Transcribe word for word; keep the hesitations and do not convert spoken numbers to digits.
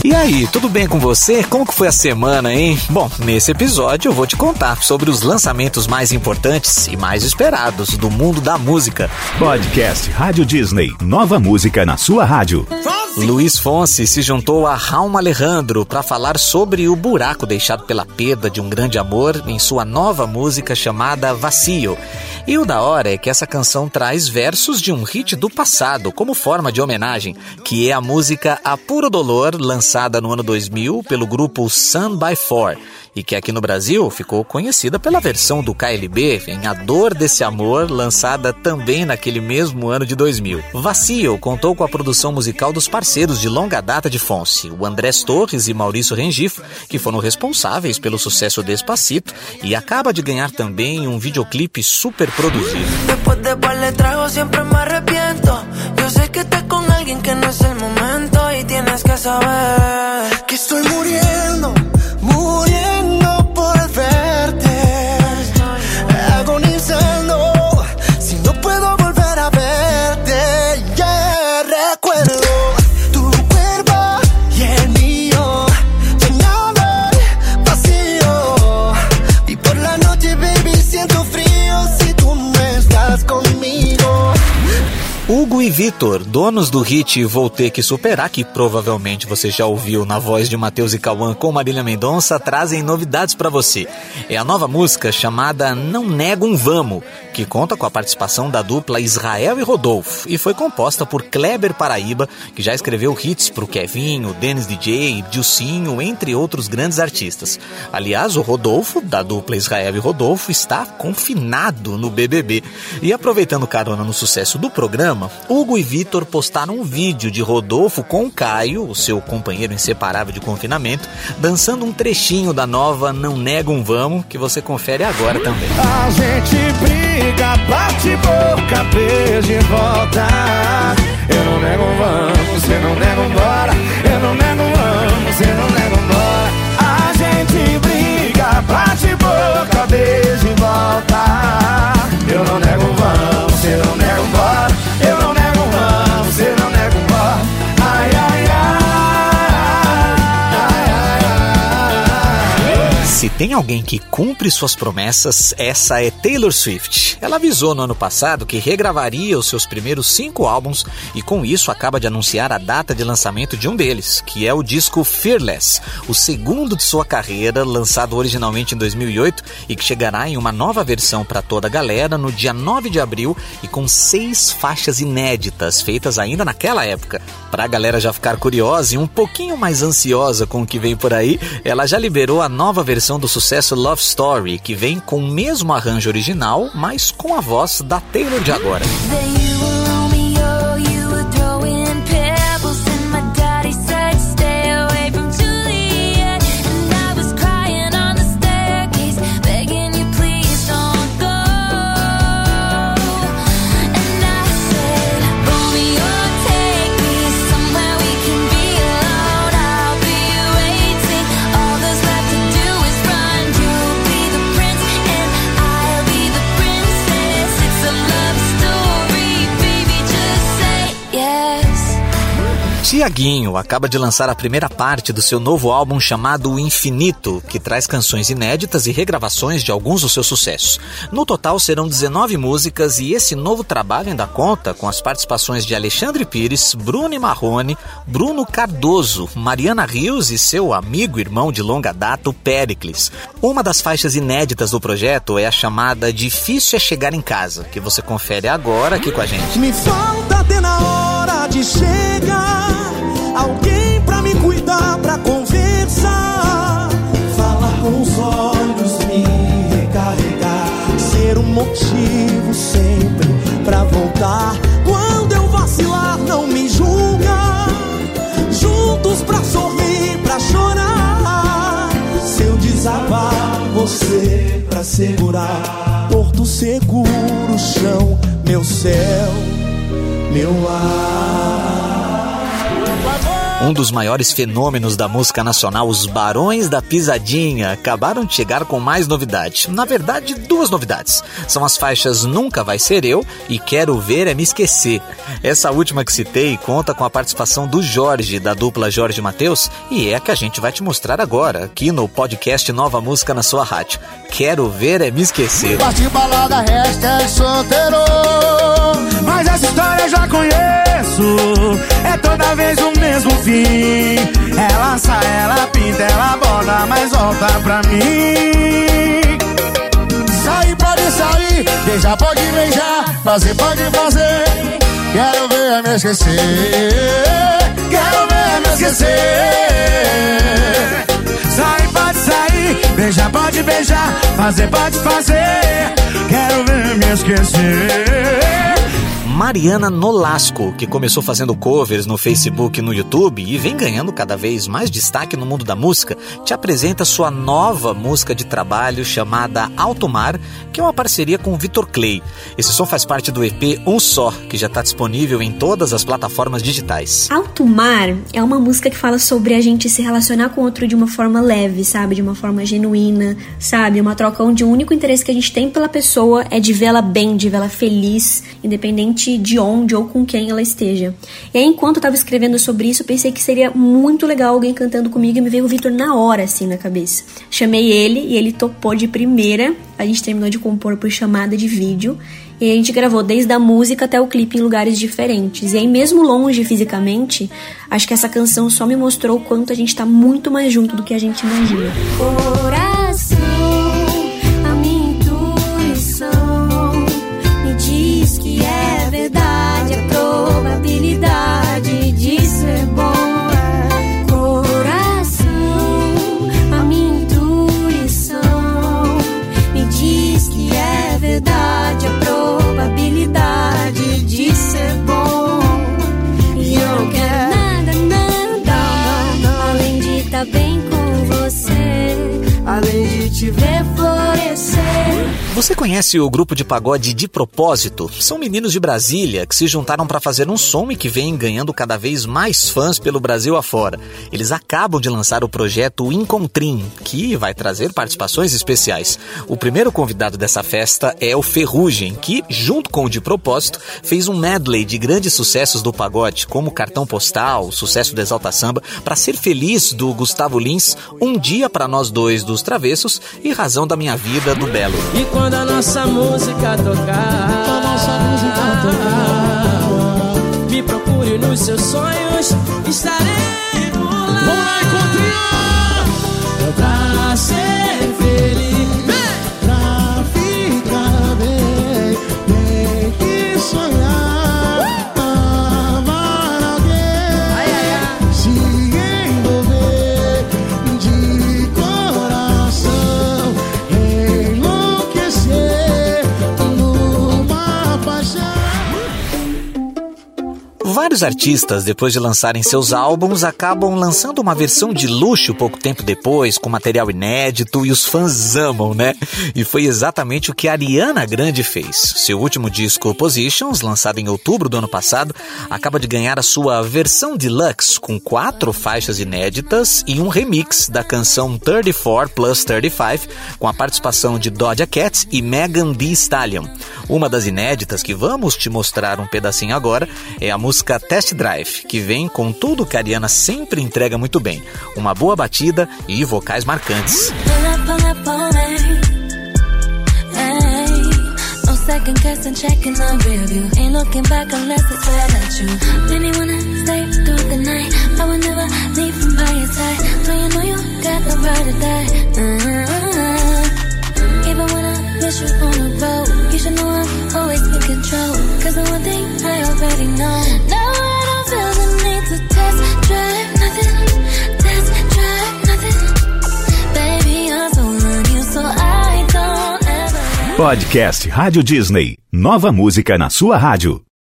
E aí, tudo bem com você? Como que foi a semana, hein? Bom, nesse episódio eu vou te contar sobre os lançamentos mais importantes e mais esperados do mundo da música. Podcast Rádio Disney, nova música na sua rádio. Luiz Fonsi se juntou a Raumo Alejandro para falar sobre o buraco deixado pela perda de um grande amor em sua nova música chamada Vacío. E o da hora é que essa canção traz versos de um hit do passado como forma de homenagem, que é a música A Puro Dolor, lançada no ano dois mil pelo grupo Sun by Four, e que aqui no Brasil ficou conhecida pela versão do K L B em A Dor Desse Amor, lançada também naquele mesmo ano de dois mil. Vacío contou com a produção musical dos parceiros de longa data de Fonsi, o Andrés Torres e Maurício Rengifo, que foram responsáveis pelo sucesso Despacito, e acaba de ganhar também um videoclipe super produzido. Depois de par trago sempre me arrepiento. Eu sei que estás com alguém que não é o momento e tienes que saber que estou muriendo, muriendo por verte, agonizando si no puedo volver a verte. Yeah, recuerdo tu cuerpo y el mío, soñaba vacío y por la noche, baby, siento frío si tú no estás conmigo. Hugo e Vitor, donos do hit Vou Ter Que Superar, que provavelmente você já ouviu na voz de Matheus e Cauã com Marília Mendonça, trazem novidades pra você. É a nova música chamada Não Nego um Vamo, que conta com a participação da dupla Israel e Rodolfo, e foi composta por Kleber Paraíba, que já escreveu hits pro Kevinho, Dennis D J, Dilcinho, entre outros grandes artistas. Aliás, o Rodolfo, da dupla Israel e Rodolfo, está confinado no B B B. E aproveitando carona no sucesso do programa, Hugo e Vitor postaram um vídeo de Rodolfo com o Caio, o seu companheiro inseparável de confinamento, dançando um trechinho da nova Não Nego um Vamo, que você confere agora também. A gente briga, bate boca, beijo e volta. Eu não nego um vamos, você não nega um bora. Eu não nego um vamos, você não nega um bora. A gente briga, bate boca, beijo e volta. Eu não nego um vamos, você não nega um bora. Eu não nego um vamos, você não nega um bora. Ai, ai, ai, ai, ai. Se tem alguém que cumpre suas promessas, essa é Taylor Swift. Ela avisou no ano passado que regravaria os seus primeiros cinco álbuns e com isso acaba de anunciar a data de lançamento de um deles, que é o disco Fearless, o segundo de sua carreira, lançado originalmente em dois mil e oito e que chegará em uma nova versão para toda a galera no dia nove de abril e com seis faixas inéditas, feitas ainda naquela época. Para a galera já ficar curiosa e um pouquinho mais ansiosa com o que vem por aí, ela já liberou a nova versão do sucesso Love Story, que vem com o mesmo arranjo original, mas com a voz da Taylor de agora. Tiaguinho acaba de lançar a primeira parte do seu novo álbum chamado O Infinito, que traz canções inéditas e regravações de alguns dos seus sucessos. No total serão dezenove músicas e esse novo trabalho ainda conta com as participações de Alexandre Pires, Bruno e Marrone, Bruno Cardoso, Mariana Rios e seu amigo e irmão de longa data, o Péricles. Uma das faixas inéditas do projeto é a chamada Difícil é Chegar em Casa, que você confere agora aqui com a gente. Me falta até na hora de chegar alguém pra me cuidar, pra conversar, falar com os olhos, me recarregar, ser um motivo sempre pra voltar. Quando eu vacilar, não me julga, juntos pra sorrir, pra chorar. Se eu desabar, você pra segurar, porto seguro, chão, meu céu, meu ar. Por favor. Um dos maiores fenômenos da música nacional, os Barões da Pisadinha, acabaram de chegar com mais novidade. Na verdade, duas novidades. São as faixas Nunca Vai Ser Eu e Quero Ver É Me Esquecer. Essa última que citei conta com a participação do Jorge, da dupla Jorge e Mateus, e é a que a gente vai te mostrar agora, aqui no podcast Nova Música na sua rádio. Quero Ver É Me Esquecer. Parte balada, hashtag solteiro. Mas essa história eu já conheço. É toda vez o mesmo fim. Ela sai, ela pinta, ela borda, mas volta pra mim. Sair pode sair, beijar pode beijar, fazer pode fazer. Quero ver é me esquecer. Quero ver é me esquecer. Sair pode sair, beijar pode beijar, fazer pode fazer. Quero ver me esquecer. Mariana Nolasco, que começou fazendo covers no Facebook e no YouTube e vem ganhando cada vez mais destaque no mundo da música, te apresenta sua nova música de trabalho chamada Alto Mar, que é uma parceria com o Vitor Clay. Esse som faz parte do E P Um Só, que já está disponível em todas as plataformas digitais. Alto Mar é uma música que fala sobre a gente se relacionar com o outro de uma forma leve, sabe? De uma forma genuína, sabe? Uma troca onde o único interesse que a gente tem pela pessoa é de vê-la bem, de vê-la feliz, independente de onde ou com quem ela esteja. E aí, enquanto eu tava escrevendo sobre isso, eu pensei que seria muito legal alguém cantando comigo e me veio o Vitor na hora, assim, na cabeça. Chamei ele e ele topou de primeira. A gente terminou de compor por chamada de vídeo e a gente gravou desde a música até o clipe em lugares diferentes. E aí, mesmo longe fisicamente, acho que essa canção só me mostrou o quanto a gente tá muito mais junto do que a gente imagina. Coração, a minha intuição me diz que é verdade, a probabilidade de ser bom. Coração, a minha intuição me diz que é verdade, a probabilidade de ser bom. E eu não quero nada, nada, além de estar bem com você, além de te ver florescer. Você conhece o grupo de pagode De Propósito? São meninos de Brasília que se juntaram para fazer um som e que vêm ganhando cada vez mais fãs pelo Brasil afora. Eles acabam de lançar o projeto Encontrim, que vai trazer participações especiais. O primeiro convidado dessa festa é o Ferrugem, que, junto com o De Propósito, fez um medley de grandes sucessos do pagode, como Cartão Postal, o sucesso do Exalta Samba, Pra Ser Feliz, do Gustavo Lins, Um Dia Pra Nós Dois, dos Travessos, e Razão da Minha Vida, do Belo. E quando a nossa música tocar, a nossa música tocar, me procure nos seus sonhos, estarei por lá. Vamos lá, Encontrim! Pra ser feliz, Pra ficar bem, tem que sonhar, amar alguém, ai, ai, ai. se envolver de coração, enlouquecer numa paixão. Vários artistas, depois de lançarem seus álbuns, acabam lançando uma versão de luxo pouco tempo depois, com material inédito, e os fãs amam, né? E foi exatamente o que a Ariana Grande fez. Seu último disco, Positions, lançado em outubro do ano passado, acaba de ganhar a sua versão deluxe, com quatro faixas inéditas e um remix da canção trinta e quatro plus trinta e cinco, com a participação de Doja Cat e Megan Thee Stallion. Uma das inéditas que vamos te mostrar um pedacinho agora é a música Test Drive, que vem com tudo que a Ariana sempre entrega muito bem. Uma boa batida e vocais marcantes. Second guessing, checking on real view. Ain't looking back unless it's where that you really wanna stay through the night. I would never leave from by your side. So you know you got the right to die. Uh-huh. Even when I miss you on the road, you should know I'm always in control. Cause the one thing I already know, now I don't feel the need to test drive nothing. Test drive nothing. Baby, I'm so on you, so I don't ever. Podcast Rádio Disney. Nova música na sua rádio.